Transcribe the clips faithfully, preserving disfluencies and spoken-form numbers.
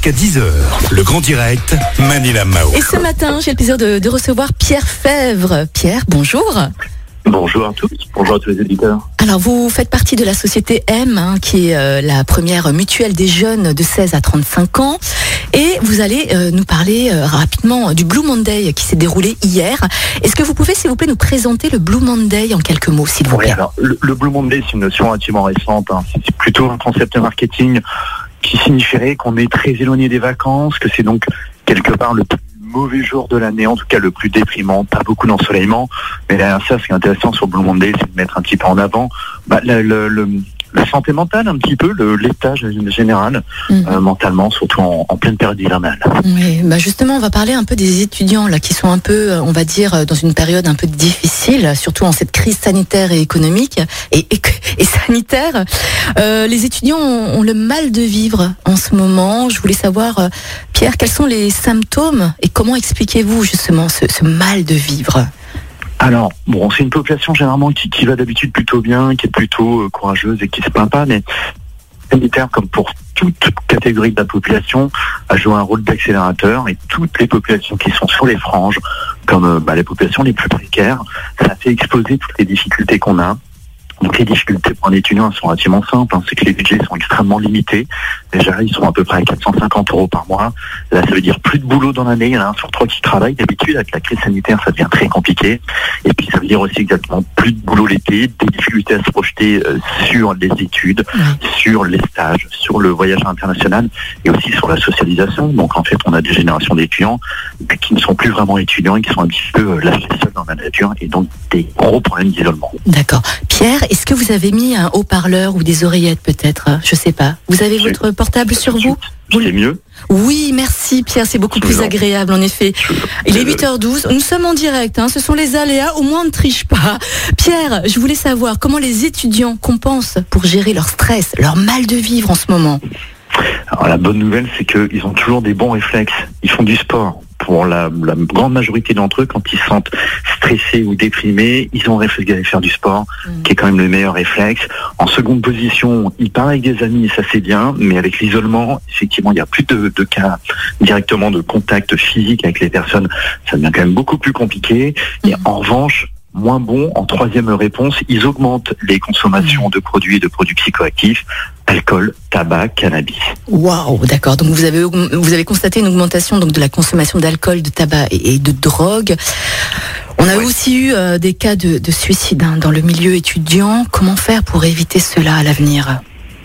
Jusqu'à dix heures, le grand direct, Manila Mao. Et ce matin, j'ai le plaisir de, de recevoir Pierre Fèvre. Pierre, bonjour. Bonjour à tous, bonjour à tous les éditeurs. Alors, vous faites partie de la société M, hein, qui est euh, la première mutuelle des jeunes de seize à trente-cinq ans. Et vous allez euh, nous parler euh, rapidement du Blue Monday qui s'est déroulé hier. Est-ce que vous pouvez, s'il vous plaît, nous présenter le Blue Monday en quelques mots, s'il vous plaît? Oui, alors, le, le Blue Monday, c'est une notion relativement récente. Hein. C'est plutôt un concept marketing qui signifierait qu'on est très éloigné des vacances, que c'est donc quelque part le plus mauvais jour de l'année, en tout cas le plus déprimant, pas beaucoup d'ensoleillement. Mais derrière ça, ce qui est intéressant sur Blue Monday, c'est de mettre un petit peu en avant bah, le, le, le, la santé mentale, un petit peu, le, l'état général, mmh. euh, mentalement, surtout en, en pleine période hivernale. Oui, bah justement, on va parler un peu des étudiants là, qui sont un peu, on va dire, dans une période un peu difficile, surtout en cette crise sanitaire et économique et, et, et sanitaire. Euh, les étudiants ont, ont le mal de vivre en ce moment. Je voulais savoir, euh, Pierre, quels sont les symptômes et comment expliquez-vous justement ce, ce mal de vivre ? Alors, bon, c'est une population généralement qui, qui va d'habitude plutôt bien, qui est plutôt euh, courageuse et qui se plaint pas, mais sanitaire, comme pour toute catégorie de la population, a joué un rôle d'accélérateur, et toutes les populations qui sont sur les franges, comme euh, bah, les populations les plus précaires, ça fait exploser toutes les difficultés qu'on a. Donc les difficultés pour un étudiant sont relativement simples, hein. C'est que les budgets sont extrêmement limités. Déjà, ils sont à peu près à quatre cent cinquante euros par mois. Là, ça veut dire plus de boulot dans l'année. Il y en a un sur trois qui travaille. D'habitude, avec la crise sanitaire, ça devient très compliqué. Et puis, ça veut dire aussi exactement plus de boulot l'été, des difficultés à se projeter euh, sur les études, mmh. sur les stages, sur le voyage international et aussi sur la socialisation. Donc, en fait, on a des générations d'étudiants qui ne sont plus vraiment étudiants et qui sont un petit peu euh, lâchés seuls dans la nature et donc des gros problèmes d'isolement. D'accord. Pierre, est-ce que vous avez mis un haut-parleur ou des oreillettes peut-être? Je sais pas. Vous avez J'ai... votre portable sur vous? C'est mieux? Oui, merci Pierre, c'est beaucoup plus agréable en effet. Il est huit heures douze, nous sommes en direct, hein, ce sont les aléas, au moins on ne triche pas. Pierre, je voulais savoir comment les étudiants compensent pour gérer leur stress, leur mal de vivre en ce moment. Alors la bonne nouvelle, c'est qu'ils ont toujours des bons réflexes, ils font du sport. Pour la, la grande majorité d'entre eux, quand ils se sentent stressés ou déprimés, ils ont réfléchi à faire du sport, mmh. qui est quand même le meilleur réflexe. En seconde position, ils parlent avec des amis, et ça c'est bien, mais avec l'isolement, effectivement, il n'y a plus de, de cas directement de contact physique avec les personnes. Ça devient quand même beaucoup plus compliqué. Mmh. Et en revanche, moins bon, en troisième réponse, ils augmentent les consommations de produits et de produits psychoactifs, alcool, tabac, cannabis. Waouh, d'accord. Donc vous avez vous avez constaté une augmentation donc de la consommation d'alcool, de tabac et, et de drogue. On a ouais. aussi eu euh, des cas de, de suicide hein, dans le milieu étudiant. Comment faire pour éviter cela à l'avenir ?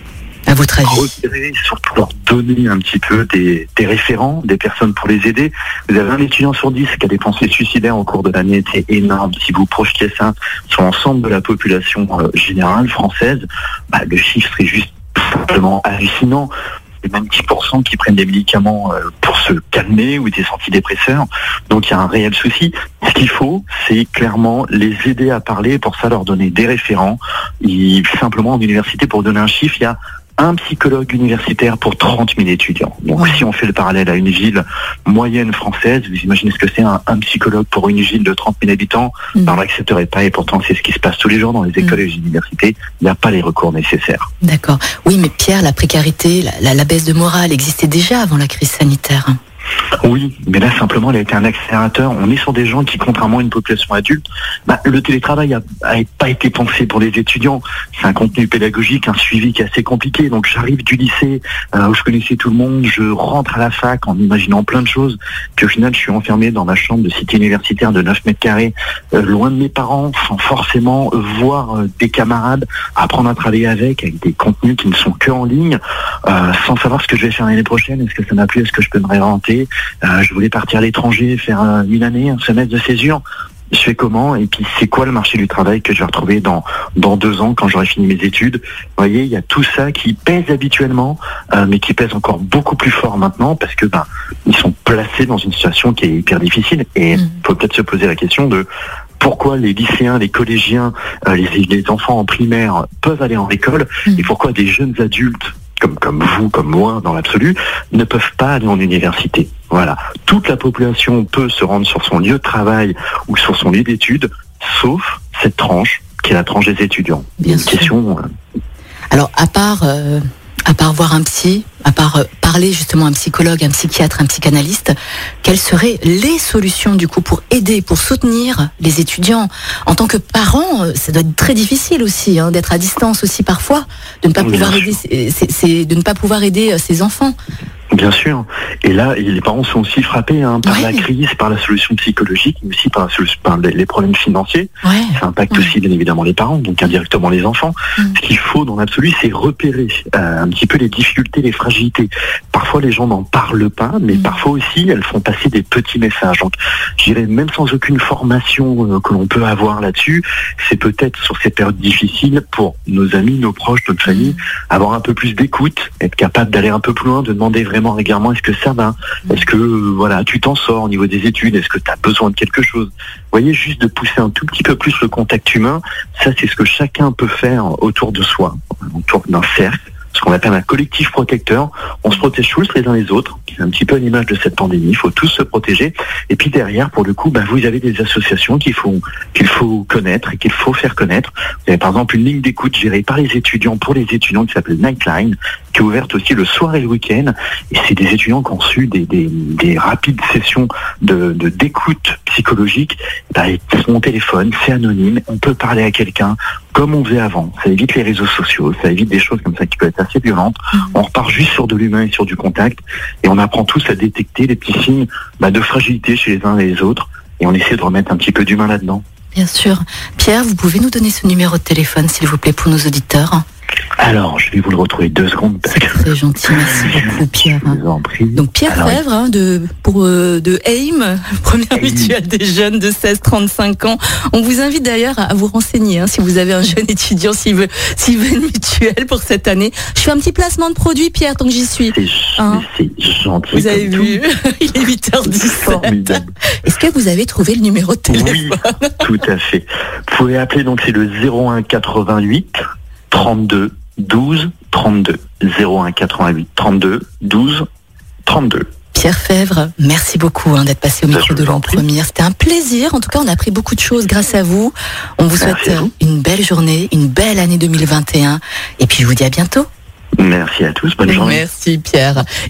À votre avis? Repérer, surtout leur donner un petit peu des, des référents, des personnes pour les aider. Vous avez un étudiant sur dix qui a des pensées suicidaires au cours de l'année, c'est énorme. Si vous projetiez ça sur l'ensemble de la population euh, générale française, bah, le chiffre serait juste simplement hallucinant. Il y a même dix pour cent qui prennent des médicaments euh, pour se calmer ou des antidépresseurs. Donc il y a un réel souci. Ce qu'il faut, c'est clairement les aider à parler. Pour ça, leur donner des référents. Et simplement, en université, pour donner un chiffre, il y a un psychologue universitaire pour trente mille étudiants. Donc, ouais. si on fait le parallèle à une ville moyenne française, vous imaginez ce que c'est un, un psychologue pour une ville de trente mille habitants, mmh. ben, on l'accepterait pas, et pourtant c'est ce qui se passe tous les jours dans les écoles mmh. et les universités. Il n'y a pas les recours nécessaires. D'accord. Oui, mais Pierre, la précarité, la, la, la baisse de morale existait déjà avant la crise sanitaire. Oui, mais là simplement, elle a été un accélérateur. On est sur des gens qui, contrairement à une population adulte, bah, le télétravail n'a pas été pensé pour les étudiants. C'est un contenu pédagogique, un suivi qui est assez compliqué. Donc j'arrive du lycée euh, où je connaissais tout le monde, je rentre à la fac en imaginant plein de choses, puis au final je suis enfermé dans ma chambre de cité universitaire de neuf mètres carrés, euh, loin de mes parents, sans forcément voir euh, des camarades, apprendre à travailler avec, avec des contenus qui ne sont que en ligne, euh, sans savoir ce que je vais faire l'année prochaine. Est-ce que ça m'a plu? Est-ce que je peux me réorienter? Euh, je voulais partir à l'étranger, faire euh, une année, un semestre de césure. Je fais comment? Et puis c'est quoi le marché du travail que je vais retrouver dans dans deux ans quand j'aurai fini mes études? Vous voyez, il y a tout ça qui pèse habituellement, euh, mais qui pèse encore beaucoup plus fort maintenant parce que ben ils sont placés dans une situation qui est hyper difficile. Et il mmh. faut peut-être se poser la question de pourquoi les lycéens, les collégiens, euh, les, les enfants en primaire peuvent aller en école mmh. et pourquoi des jeunes adultes comme comme vous, comme moi, dans l'absolu, ne peuvent pas aller en université. Voilà. Toute la population peut se rendre sur son lieu de travail ou sur son lieu d'études, sauf cette tranche, qui est la tranche des étudiants. Bien Une sûr. question... Euh... Alors, à part... Euh... À part voir un psy, à part euh, parler justement à un psychologue, un psychiatre, un psychanalyste, quelles seraient les solutions du coup pour aider, pour soutenir les étudiants? En tant que parent, euh, ça doit être très difficile aussi, hein, d'être à distance aussi parfois, de ne pas Bien pouvoir sûr. aider, c'est, c'est- c'est- de ne pas pouvoir aider euh, ses enfants. Bien sûr. Et là, les parents sont aussi frappés hein, par Ouais. la crise, par la solution psychologique, mais aussi par, la solution- par les, les problèmes financiers. Ouais. Ça impacte Ouais. aussi bien évidemment les parents, donc indirectement les enfants. Mm. Ce qu'il faut dans l'absolu, c'est repérer euh, un petit peu les difficultés, les fragilités. Parfois, les gens n'en parlent pas, mais Mm. parfois aussi, elles font passer des petits messages. Donc, je dirais, même sans aucune formation euh, que l'on peut avoir là-dessus, c'est peut-être sur ces périodes difficiles pour nos amis, nos proches, notre famille, avoir un peu plus d'écoute, être capable d'aller un peu plus loin, de demander vraiment régulièrement est-ce que ça va, est-ce que euh, voilà, tu t'en sors au niveau des études, est-ce que tu as besoin de quelque chose. Vous voyez, juste de pousser un tout petit peu plus le contact humain, ça c'est ce que chacun peut faire autour de soi, autour d'un cercle, ce qu'on appelle un collectif protecteur. On se protège tous les uns les autres, c'est un petit peu l'image de cette pandémie, il faut tous se protéger. Et puis derrière, pour le coup, bah, vous avez des associations qu'il faut, qu'il faut connaître et qu'il faut faire connaître. Vous avez par exemple une ligne d'écoute gérée par les étudiants, pour les étudiants, qui s'appelle Nightline, qui est ouverte aussi le soir et le week-end. Et c'est des étudiants qui ont reçu des, des, des rapides sessions de, de d'écoute psychologique. Bah, ils sont au téléphone, c'est anonyme, on peut parler à quelqu'un comme on faisait avant. Ça évite les réseaux sociaux, ça évite des choses comme ça qui peuvent être assez violentes. On repart juste sur de l'humain et sur du contact, et on apprend tous à détecter les petits signes bah, de fragilité chez les uns et les autres, et on essaie de remettre un petit peu d'humain là-dedans. Bien sûr. Pierre, vous pouvez nous donner ce numéro de téléphone, s'il vous plaît, pour nos auditeurs? Alors, je vais vous le retrouver deux secondes parce C'est que très gentil, merci beaucoup, Pierre. je vous en prie. Donc Pierre Alors, Fèvre, hein, de, pour, euh, de AIM, première AIM. mutuelle des jeunes de seize à trente-cinq ans. On vous invite d'ailleurs à vous renseigner, hein, si vous avez un jeune étudiant, s'il veut, s'il veut une mutuelle pour cette année. Je fais un petit placement de produit, Pierre, tant que j'y suis. C'est Hein. c'est gentil. Vous avez comme vu, il est huit heures tout. dix-sept. Formidable. Est-ce que vous avez trouvé le numéro de téléphone? Oui, tout à fait. Vous pouvez appeler, donc c'est le zéro un quatre-vingt-huit trente-deux douze trente-deux. zéro un quatre-vingt-huit trente-deux douze trente-deux. Pierre Fèvre, merci beaucoup hein, d'être passé au Ça, micro je de vous en l'an prie. première. C'était un plaisir. En tout cas, on a appris beaucoup de choses grâce à vous. On vous souhaite Merci à vous. euh, une belle journée, une belle année deux mille vingt et un. Et puis, je vous dis à bientôt. Merci à tous, bonne journée. Merci, Pierre.